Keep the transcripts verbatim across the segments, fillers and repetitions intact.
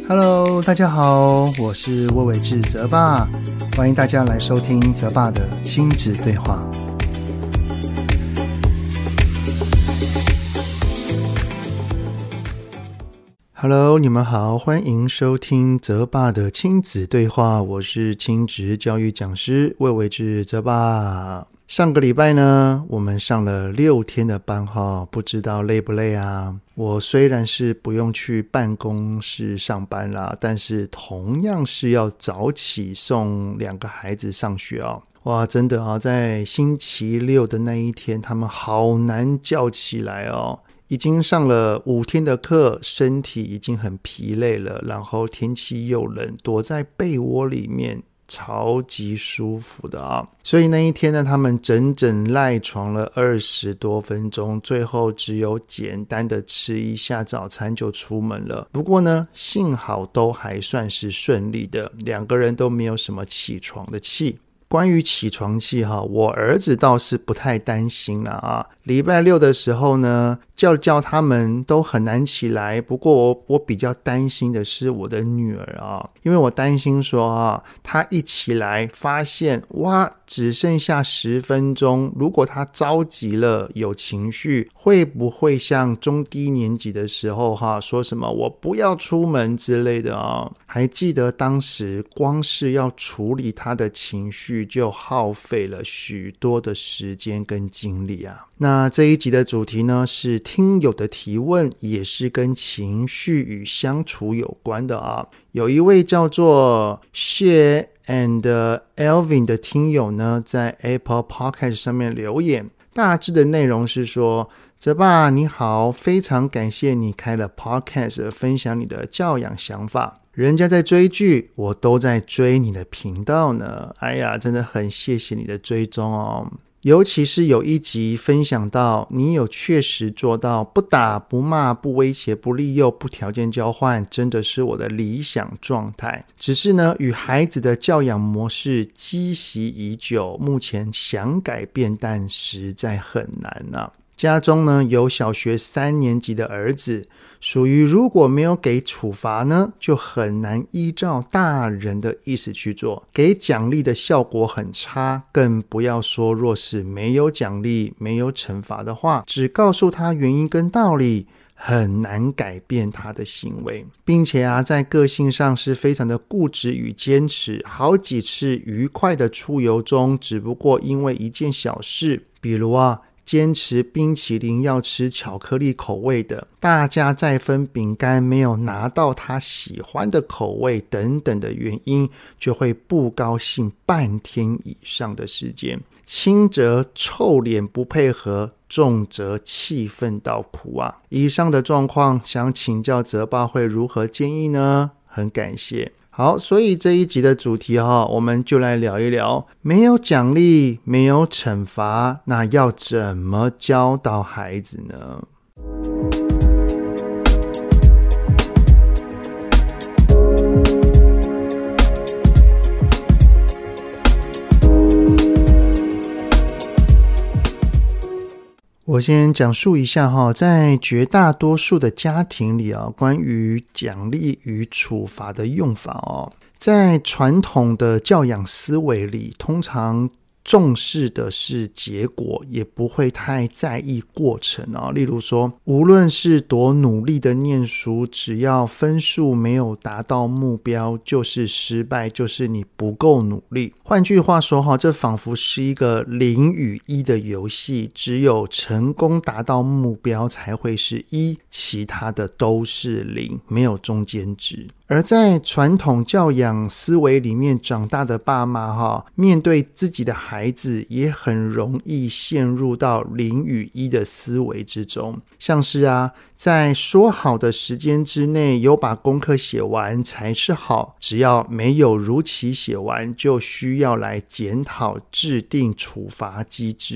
Hello， 大家好，我是魏伟志泽爸，欢迎大家来收听泽爸的亲子对话。Hello， 你们好，欢迎收听泽爸的亲子对话，我是亲职教育讲师魏伟志泽爸。上个礼拜呢，我们上了六天的班哈，不知道累不累啊？我虽然是不用去办公室上班啦，但是同样是要早起送两个孩子上学哦。哇，真的啊，在星期六的那一天，他们好难叫起来哦。已经上了五天的课，身体已经很疲累了，然后天气又冷，躲在被窝里面超级舒服的啊！所以那一天呢，他们整整赖床了二十多分钟，最后只有简单的吃一下早餐就出门了。不过呢，幸好都还算是顺利的，两个人都没有什么起床的气。关于起床气哈，我儿子倒是不太担心了啊。礼拜六的时候呢，叫叫他们都很难起来。不过我我比较担心的是我的女儿啊，因为我担心说啊，她一起来发现哇，只剩下十分钟，如果她着急了，有情绪，会不会像中低年级的时候哈，说什么我不要出门之类的啊？还记得当时光是要处理她的情绪，就耗费了许多的时间跟精力啊。那这一集的主题呢，是听友的提问，也是跟情绪与相处有关的啊。有一位叫做 Share and Elvin 的听友呢，在 Apple Podcast 上面留言，大致的内容是说，泽爸你好，非常感谢你开了 Podcast 分享你的教养想法，人家在追剧，我都在追你的频道呢。哎呀，真的很谢谢你的追踪哦。尤其是有一集分享到你有确实做到不打不骂不威胁不利诱不条件交换，真的是我的理想状态。只是呢，与孩子的教养模式积习已久，目前想改变但实在很难啊。家中呢有小学三年级的儿子，属于如果没有给处罚呢，就很难依照大人的意思去做，给奖励的效果很差，更不要说若是没有奖励没有惩罚的话，只告诉他原因跟道理，很难改变他的行为，并且啊，在个性上是非常的固执与坚持。好几次愉快的出游中，只不过因为一件小事，比如啊坚持冰淇淋要吃巧克力口味的，大家再分饼干没有拿到他喜欢的口味等等的原因，就会不高兴半天以上的时间，轻则臭脸不配合，重则气愤到哭啊。以上的状况想请教泽爸会如何建议呢？很感谢。好，所以这一集的主题哈，我们就来聊一聊，没有奖励，没有惩罚，那要怎么教导孩子呢？我先讲述一下哈，在绝大多数的家庭里啊，关于奖励与处罚的用法哦，在传统的教养思维里，通常重视的是结果，也不会太在意过程哦。例如说，无论是多努力的念书，只要分数没有达到目标，就是失败，就是你不够努力。换句话说哈，这仿佛是一个零与一的游戏，只有成功达到目标才会是一，其他的都是零，没有中间值。而在传统教养思维里面长大的爸妈哈，面对自己的孩子也很容易陷入到零与一的思维之中，像是啊，在说好的时间之内有把功课写完才是好，只要没有如期写完，就需要来检讨制定处罚机制。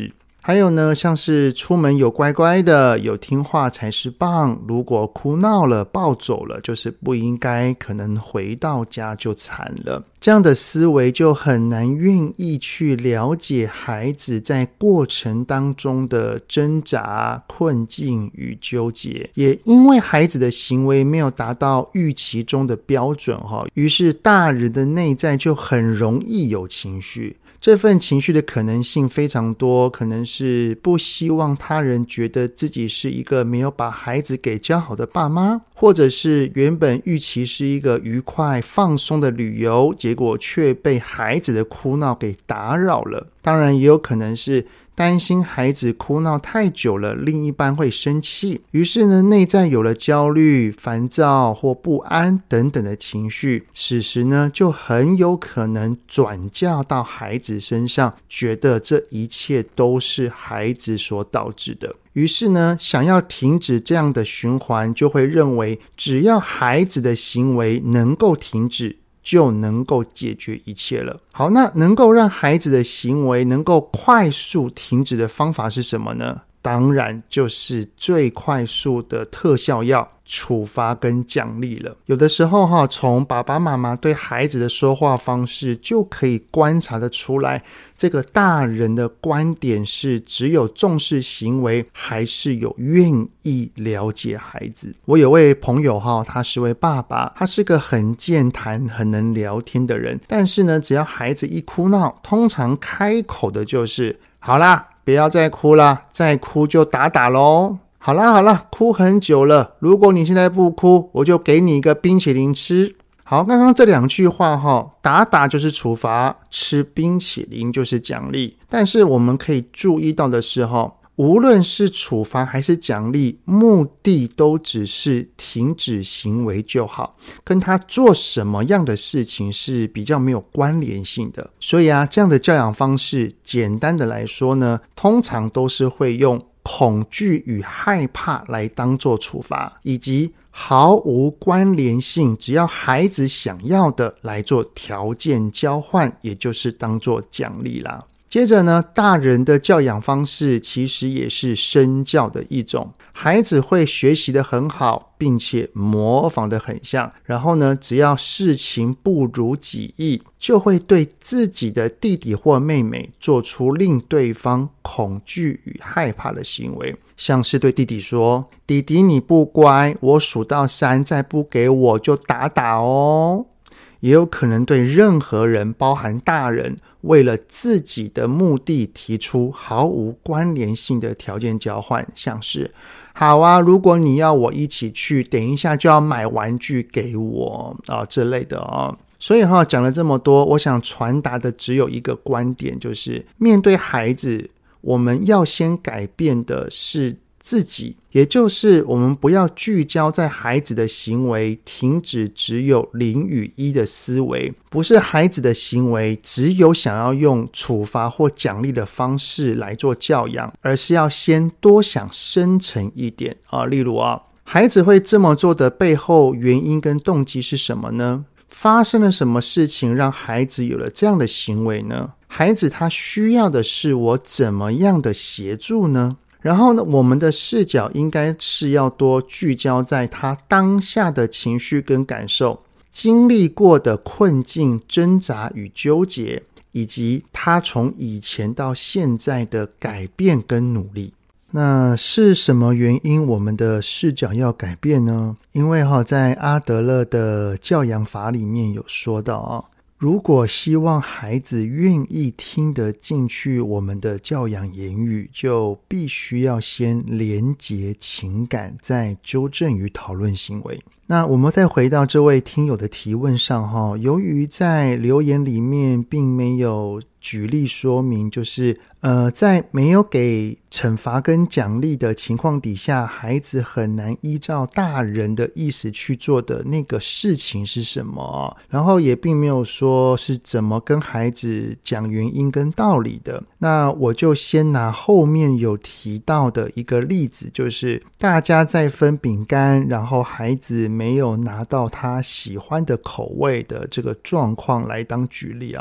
还有呢，像是出门有乖乖的，有听话才是棒，如果哭闹了暴走了就是不应该，可能回到家就惨了。这样的思维就很难愿意去了解孩子在过程当中的挣扎、困境与纠结，也因为孩子的行为没有达到预期中的标准，于是大人的内在就很容易有情绪。这份情绪的可能性非常多，可能是不希望他人觉得自己是一个没有把孩子给教好的爸妈，或者是原本预期是一个愉快放松的旅游，结果却被孩子的哭闹给打扰了。当然也有可能是担心孩子哭闹太久了，另一半会生气，于是呢，内在有了焦虑、烦躁或不安等等的情绪，此时呢，就很有可能转嫁到孩子身上，觉得这一切都是孩子所导致的。于是呢，想要停止这样的循环，就会认为只要孩子的行为能够停止，就能够解决一切了。好，那能够让孩子的行为能够快速停止的方法是什么呢？当然就是最快速的特效药，处罚跟奖励了。有的时候哈，从爸爸妈妈对孩子的说话方式就可以观察得出来，这个大人的观点是只有重视行为，还是有愿意了解孩子。我有位朋友哈，他是位爸爸，他是个很健谈很能聊天的人，但是呢，只要孩子一哭闹，通常开口的就是好啦，不要再哭啦，再哭就打打咯。好啦好啦，哭很久了，如果你现在不哭，我就给你一个冰淇淋吃。好，刚刚这两句话哈，打打就是处罚，吃冰淇淋就是奖励。但是我们可以注意到的是哈，无论是处罚还是奖励，目的都只是停止行为就好，跟他做什么样的事情是比较没有关联性的。所以啊，这样的教养方式，简单的来说呢，通常都是会用恐惧与害怕来当作处罚，以及毫无关联性，只要孩子想要的来做条件交换，也就是当作奖励啦。接着呢，大人的教养方式其实也是身教的一种，孩子会学习得很好，并且模仿得很像，然后呢，只要事情不如己意，就会对自己的弟弟或妹妹做出令对方恐惧与害怕的行为，像是对弟弟说，弟弟你不乖，我数到三再不给我就打打哦。也有可能对任何人，包含大人，为了自己的目的提出毫无关联性的条件交换，像是好啊，如果你要我一起去，等一下就要买玩具给我啊之类的啊。所以哈，讲了这么多，我想传达的只有一个观点，就是面对孩子，我们要先改变的是自己，也就是我们不要聚焦在孩子的行为，停止只有零与一的思维，不是孩子的行为只有想要用处罚或奖励的方式来做教养，而是要先多想深层一点啊。例如啊，孩子会这么做的背后原因跟动机是什么呢？发生了什么事情让孩子有了这样的行为呢？孩子他需要的是我怎么样的协助呢？然后呢，我们的视角应该是要多聚焦在他当下的情绪跟感受，经历过的困境、挣扎与纠结，以及他从以前到现在的改变跟努力。那是什么原因我们的视角要改变呢？因为哈，在阿德勒的教养法里面有说到啊，如果希望孩子愿意听得进去我们的教养言语，就必须要先连结情感，再纠正与讨论行为。那我们再回到这位听友的提问上哈，由于在留言里面并没有举例说明，就是呃，在没有给惩罚跟奖励的情况底下，孩子很难依照大人的意思去做的那个事情是什么，然后也并没有说是怎么跟孩子讲原因跟道理的。那我就先拿后面有提到的一个例子，就是大家在分饼干，然后孩子没有拿到他喜欢的口味的这个状况来当举例啊。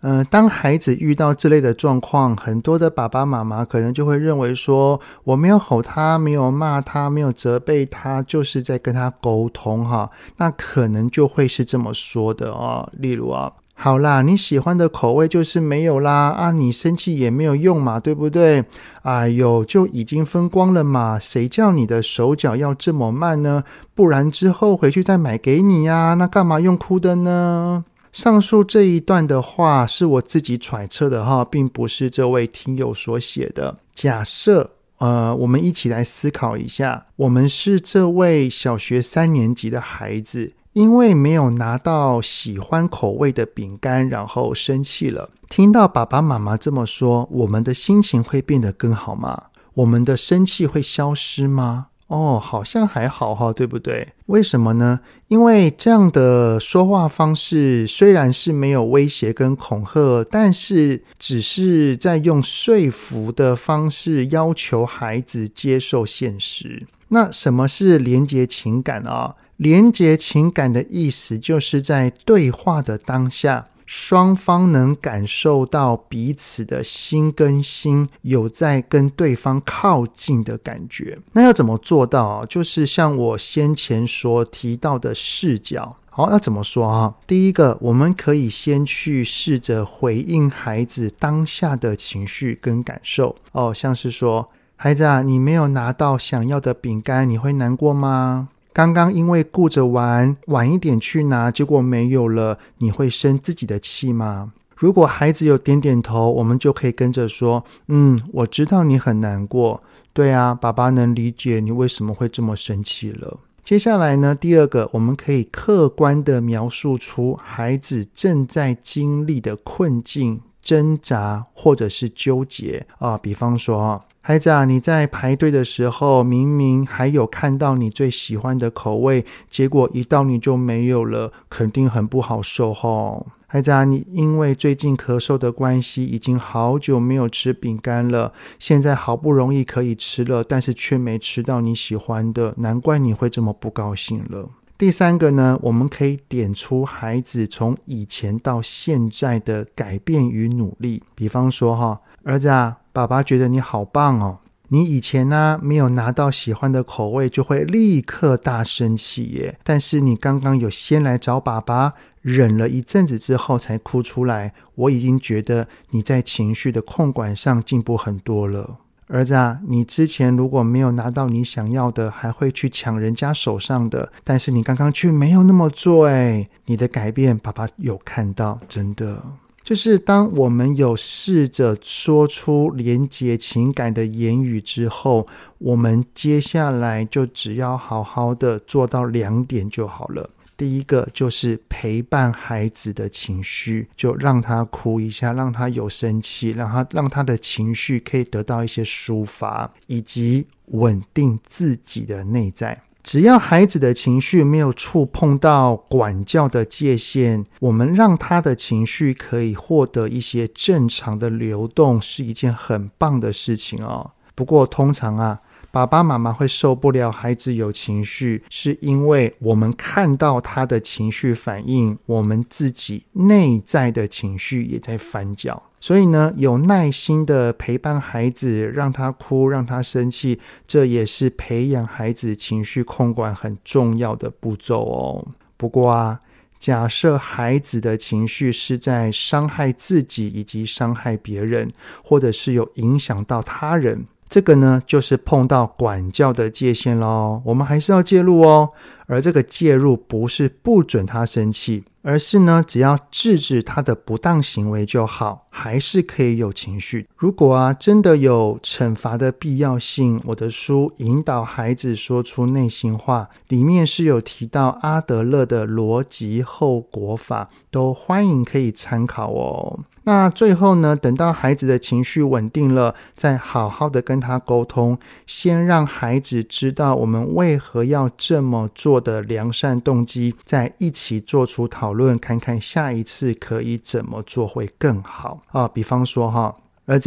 呃，当孩子遇到这类的状况，很多的爸爸妈妈可能就会认为说，我没有吼他，没有骂他，没有责备他，就是在跟他沟通哈。那可能就会是这么说的哦，例如啊，好啦，你喜欢的口味就是没有啦，啊，你生气也没有用嘛，对不对？哎呦，就已经分光了嘛，谁叫你的手脚要这么慢呢？不然之后回去再买给你呀，那干嘛用哭的呢？上述这一段的话是我自己揣测的哈，并不是这位听友所写的。假设呃，我们一起来思考一下，我们是这位小学三年级的孩子，因为没有拿到喜欢口味的饼干，然后生气了。听到爸爸妈妈这么说，我们的心情会变得更好吗？我们的生气会消失吗？哦，好像还好哈，对不对？为什么呢？因为这样的说话方式虽然是没有威胁跟恐吓，但是只是在用说服的方式要求孩子接受现实。那什么是连结情感啊？连结情感的意思就是在对话的当下，双方能感受到彼此的心跟心有在跟对方靠近的感觉。那要怎么做到啊？就是像我先前所提到的视角。好，要怎么说啊？第一个，我们可以先去试着回应孩子当下的情绪跟感受哦，像是说，孩子啊，你没有拿到想要的饼干，你会难过吗？刚刚因为顾着玩，晚一点去拿，结果没有了，你会生自己的气吗？如果孩子有点点头，我们就可以跟着说，嗯，我知道你很难过，对啊，爸爸能理解你为什么会这么生气了。接下来呢，第二个，我们可以客观地描述出孩子正在经历的困境、挣扎或者是纠结啊，比方说孩子啊，你在排队的时候明明还有看到你最喜欢的口味，结果一到你就没有了，肯定很不好受吼。孩子啊，你因为最近咳嗽的关系已经好久没有吃饼干了，现在好不容易可以吃了，但是却没吃到你喜欢的，难怪你会这么不高兴了。第三个呢，我们可以点出孩子从以前到现在的改变与努力。比方说哈，儿子啊，爸爸觉得你好棒哦，你以前呢没有拿到喜欢的口味就会立刻大生气耶，但是你刚刚有先来找爸爸，忍了一阵子之后才哭出来，我已经觉得你在情绪的控管上进步很多了。儿子啊，你之前如果没有拿到你想要的，还会去抢人家手上的，但是你刚刚却没有那么做耶，你的改变爸爸有看到，真的。就是当我们有试着说出连结情感的言语之后，我们接下来就只要好好的做到两点就好了。第一个就是陪伴孩子的情绪，就让他哭一下，让他有生气，让他让他的情绪可以得到一些抒发，以及稳定自己的内在。只要孩子的情绪没有触碰到管教的界限，我们让他的情绪可以获得一些正常的流动，是一件很棒的事情哦。不过通常啊，爸爸妈妈会受不了孩子有情绪，是因为我们看到他的情绪反应，我们自己内在的情绪也在翻搅。所以呢，有耐心的陪伴孩子，让他哭，让他生气，这也是培养孩子情绪控管很重要的步骤哦。不过啊，假设孩子的情绪是在伤害自己以及伤害别人，或者是有影响到他人，这个呢就是碰到管教的界限咯，我们还是要介入哦。而这个介入不是不准他生气，而是呢只要制止他的不当行为就好，还是可以有情绪。如果啊真的有惩罚的必要性，我的书引导孩子说出内心话里面是有提到阿德勒的逻辑后果法，都欢迎可以参考哦。那最后呢，等到孩子的情绪稳定了，再好好的跟他沟通，先让孩子知道我们为何要这么做的良善动机，再一起做出讨论，看看下一次可以怎么做会更好啊。比方说哈，儿子啊，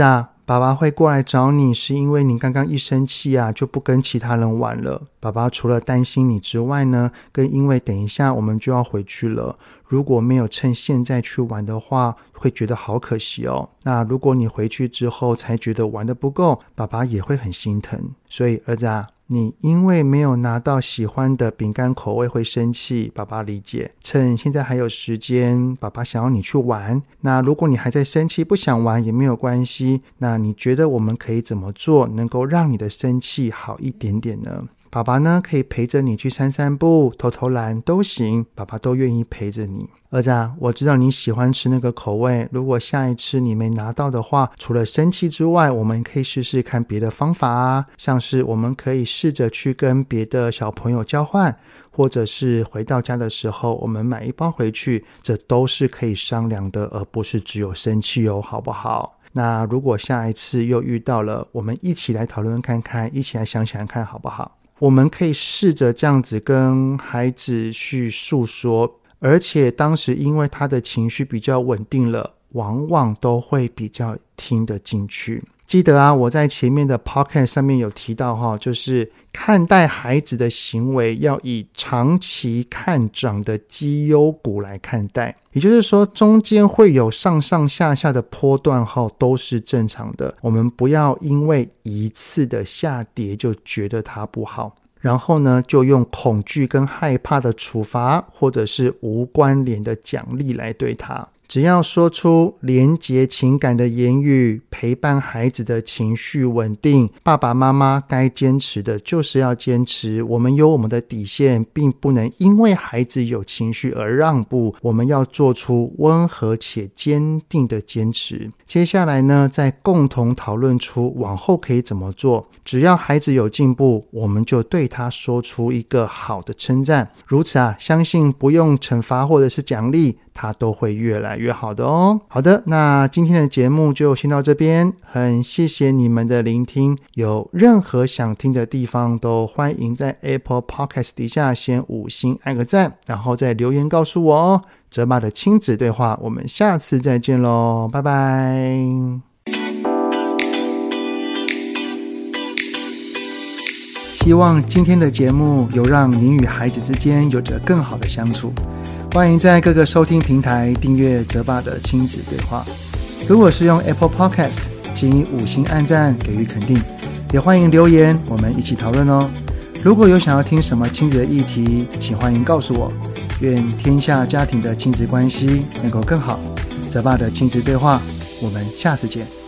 爸爸会过来找你，是因为你刚刚一生气啊，就不跟其他人玩了。爸爸除了担心你之外呢，更因为等一下我们就要回去了，如果没有趁现在去玩的话，会觉得好可惜哦。那如果你回去之后才觉得玩得不够，爸爸也会很心疼。所以儿子啊，你因为没有拿到喜欢的饼干口味会生气，爸爸理解。趁现在还有时间，爸爸想要你去玩。那如果你还在生气不想玩也没有关系，那你觉得我们可以怎么做能够让你的生气好一点点呢？爸爸呢可以陪着你去散散步，偷偷懒都行，爸爸都愿意陪着你。儿子啊，我知道你喜欢吃那个口味，如果下一次你没拿到的话，除了生气之外，我们可以试试看别的方法啊，像是我们可以试着去跟别的小朋友交换，或者是回到家的时候我们买一包回去，这都是可以商量的，而不是只有生气哦，好不好？那如果下一次又遇到了，我们一起来讨论看看，一起来想想看好不好？我们可以试着这样子跟孩子去诉说，而且当时因为他的情绪比较稳定了，往往都会比较听得进去。记得啊，我在前面的 podcast 上面有提到哈，就是看待孩子的行为要以长期看涨的绩优股来看待，也就是说中间会有上上下下的波段后都是正常的，我们不要因为一次的下跌就觉得它不好，然后呢就用恐惧跟害怕的处罚或者是无关联的奖励来对它。只要说出连结情感的言语，陪伴孩子的情绪稳定，爸爸妈妈该坚持的就是要坚持，我们有我们的底线，并不能因为孩子有情绪而让步，我们要做出温和且坚定的坚持。接下来呢，再共同讨论出往后可以怎么做，只要孩子有进步，我们就对他说出一个好的称赞，如此啊，相信不用惩罚或者是奖励，他都会越来越好的哦。好的，那今天的节目就先到这边，很谢谢你们的聆听，有任何想听的地方都欢迎在 Apple Podcast 底下先五星按个赞，然后再留言告诉我哦。泽爸的亲子对话，我们下次再见咯，拜拜。希望今天的节目有让您与孩子之间有着更好的相处。欢迎在各个收听平台订阅泽爸的亲子对话。如果是用 Apple Podcast， 请以五星按赞给予肯定，也欢迎留言，我们一起讨论哦。如果有想要听什么亲子的议题，请欢迎告诉我。愿天下家庭的亲子关系能够更好。泽爸的亲子对话，我们下次见。